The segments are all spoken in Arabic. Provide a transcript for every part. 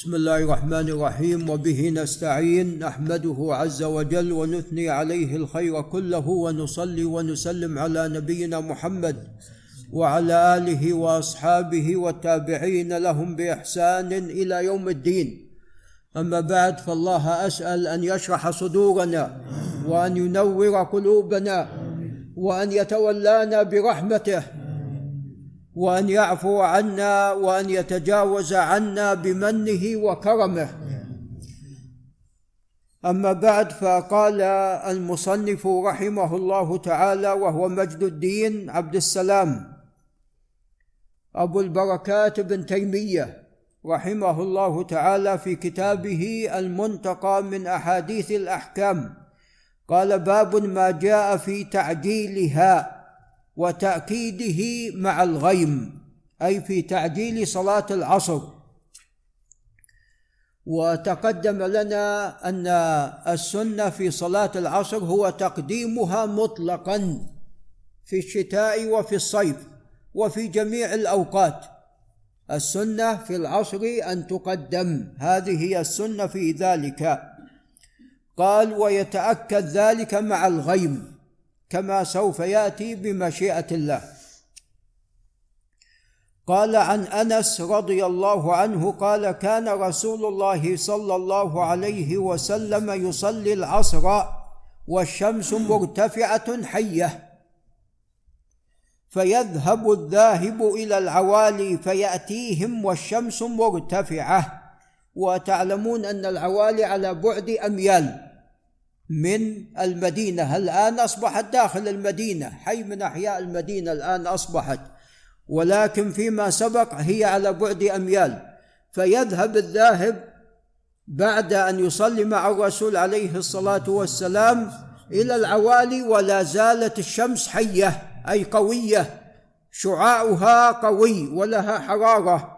بسم الله الرحمن الرحيم، وبه نستعين، نحمده عز وجل ونثني عليه الخير كله، ونصلي ونسلم على نبينا محمد وعلى آله وأصحابه والتابعين لهم بإحسان إلى يوم الدين. أما بعد، فالله أسأل أن يشرح صدورنا وأن ينور قلوبنا وأن يتولانا برحمته وأن يعفو عنا وأن يتجاوز عنا بمنه وكرمه. أما بعد، فقال المصنف رحمه الله تعالى، وهو مجد الدين عبد السلام أبو البركات بن تيمية رحمه الله تعالى في كتابه المنتقى من أحاديث الأحكام، قال: باب ما جاء في تعجيلها وتأكيده مع الغيم، أي في تعجيل صلاة العصر. وتقدم لنا أن السنة في صلاة العصر هو تقديمها مطلقا في الشتاء وفي الصيف وفي جميع الأوقات. السنة في العصر أن تقدم، هذه هي السنة في ذلك. قال: ويتأكد ذلك مع الغيم كما سوف يأتي بمشيئة الله. قال: عن أنس رضي الله عنه قال: كان رسول الله صلى الله عليه وسلم يصلي العصر والشمس مرتفعة حية، فيذهب الذاهب إلى العوالي فيأتيهم والشمس مرتفعة. وتعلمون أن العوالي على بعد أميال من المدينة، الآن أصبحت داخل المدينة، حي من أحياء المدينة الآن أصبحت، ولكن فيما سبق هي على بعد أميال. فيذهب الذاهب بعد أن يصلي مع الرسول عليه الصلاة والسلام إلى العوالي ولا زالت الشمس حية، أي قوية، شعاعها قوي ولها حرارة.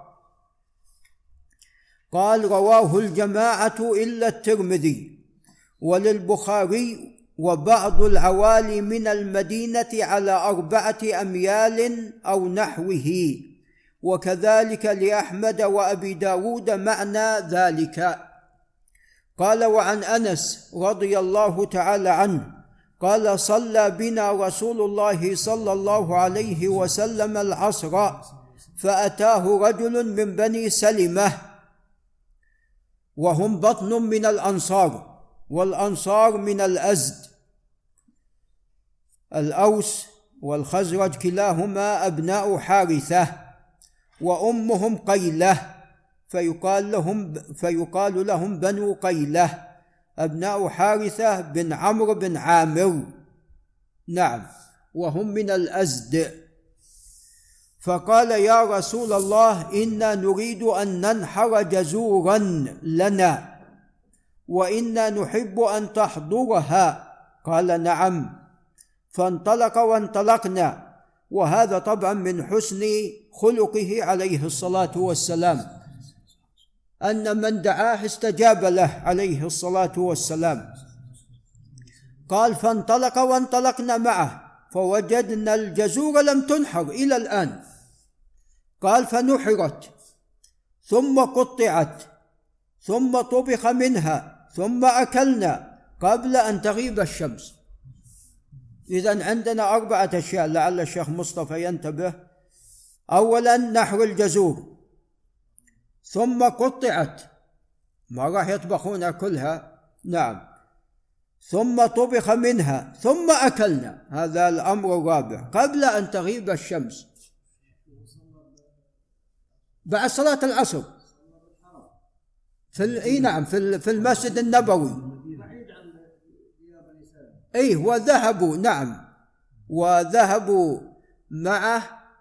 قال: رواه الجماعة إلا الترمذي وللبخاري: وبعض العوالي من المدينة على 4 أميال أو نحوه، وكذلك لأحمد وأبي داود معنى ذلك. قال: وعن أنس رضي الله تعالى عنه قال: صلى بنا رسول الله صلى الله عليه وسلم العصر، فأتاه رجل من بني سلمة، وهم بطن من الأنصار، والأنصار من الأزد، الأوس والخزرج كلاهما أبناء حارثة، وأمهم قيلة، فيقال لهم بنو قيلة، أبناء حارثة بن عمرو بن عامر، نعم، وهم من الأزد. فقال: يا رسول الله، إنا نريد أن ننحر جزورا لنا، وإنا نحب أن تحضرها. قال: نعم. فانطلق وانطلقنا. وهذا طبعا من حسن خلقه عليه الصلاة والسلام، أن من دعاه استجاب له عليه الصلاة والسلام. قال: فانطلق وانطلقنا معه، فوجدنا الجزور لم تنحر إلى الآن. قال: فنحرت ثم قطعت ثم طبخ منها ثم أكلنا قبل أن تغيب الشمس. إذن عندنا 4 أشياء لعل الشيخ مصطفى ينتبه. أولا نحر الجزور، ثم قطعت، ما راح يطبخونها كلها، نعم، ثم طبخ منها ثم أكلنا، هذا الأمر الرابع، قبل أن تغيب الشمس، بعد صلاة العصر نعم في المسجد النبوي. وذهبوا، نعم، وذهبوا معه،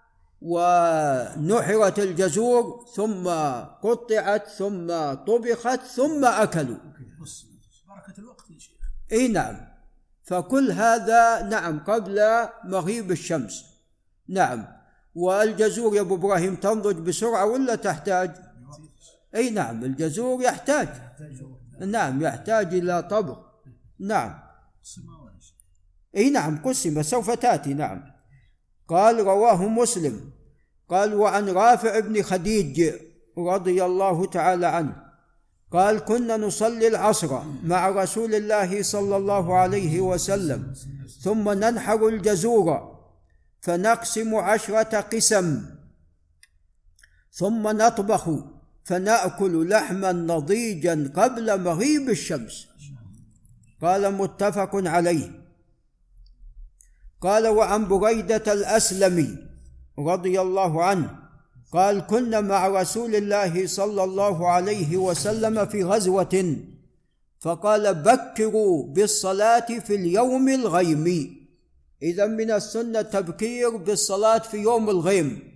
ونحرت الجزور ثم قطعت ثم طبخت ثم أكلوا. بركة الوقت يا شيخ. نعم، فكل هذا نعم قبل مغيب الشمس. نعم. والجزور يا أبو إبراهيم تنضج بسرعة ولا تحتاج؟ نعم، الجزور يحتاج، نعم، يحتاج إلى طبخ. نعم. نعم، قسمة سوف تأتي. نعم. قال: رواه مسلم. قال: وعن رافع بن خديج رضي الله تعالى عنه قال كنا نصلي العصر مع رسول الله صلى الله عليه وسلم ثم ننحر الجزور فنقسم 10 قسم ثم نطبخ فنأكل لحما نضيجا قبل مغيب الشمس. قال متفق عليه. قال وعن بريدة الأسلمي رضي الله عنه قال كنا مع رسول الله صلى الله عليه وسلم في غزوة فقال بكروا بالصلاة في اليوم الغيم. إذا من السنة تبكير بالصلاة في يوم الغيم،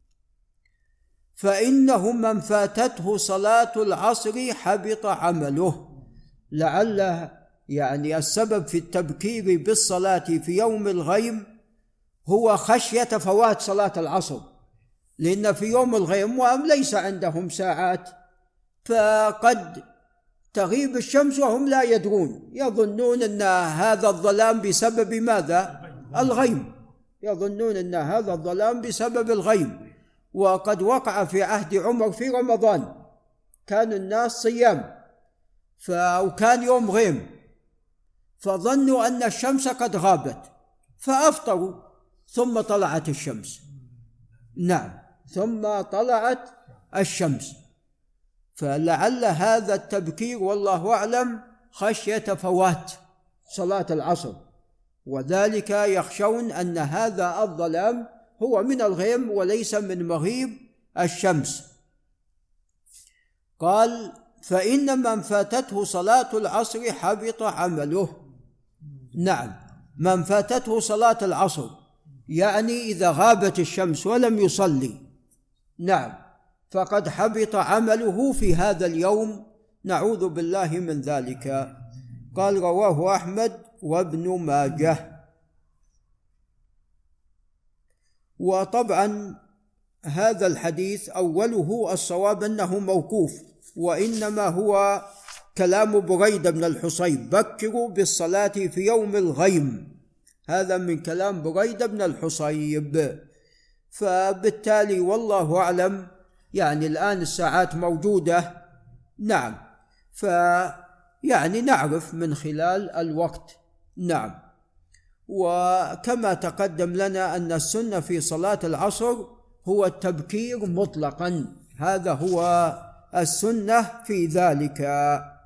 فإنه من فاتته صلاة العصر حبط عمله. لعل يعني السبب في التبكير بالصلاة في يوم الغيم هو خشية فوات صلاة العصر، لأن في يوم الغيم وهم ليس عندهم ساعات، فقد تغيب الشمس وهم لا يدرون، يظنون أن هذا الظلام بسبب ماذا؟ الغيم، يظنون أن هذا الظلام بسبب الغيم. وقد وقع في عهد عمر في رمضان كان الناس صيام وكان يوم غيم، فظنوا أن الشمس قد غابت فأفطروا، ثم طلعت الشمس. نعم، ثم طلعت الشمس. فلعل هذا التبكير والله أعلم خشية فوات صلاة العصر، وذلك يخشون أن هذا الظلام هو من الغيم وليس من مغيب الشمس. قال فإن من فاتته صلاة العصر حبط عمله. نعم، من فاتته صلاة العصر يعني إذا غابت الشمس ولم يصلي، نعم، فقد حبط عمله في هذا اليوم، نعوذ بالله من ذلك. قال رواه أحمد وابن ماجه. وطبعا هذا الحديث أوله الصواب أنه موقوف، وإنما هو كلام بريدة بن الحصيب بكروا بالصلاة في يوم الغيم، هذا من كلام بريدة بن الحصيب. فبالتالي والله أعلم يعني الآن الساعات موجودة، نعم، فيعني نعرف من خلال الوقت. نعم. وكما تقدم لنا أن السنة في صلاة العصر هو التبكير مطلقا، هذا هو السنة في ذلك.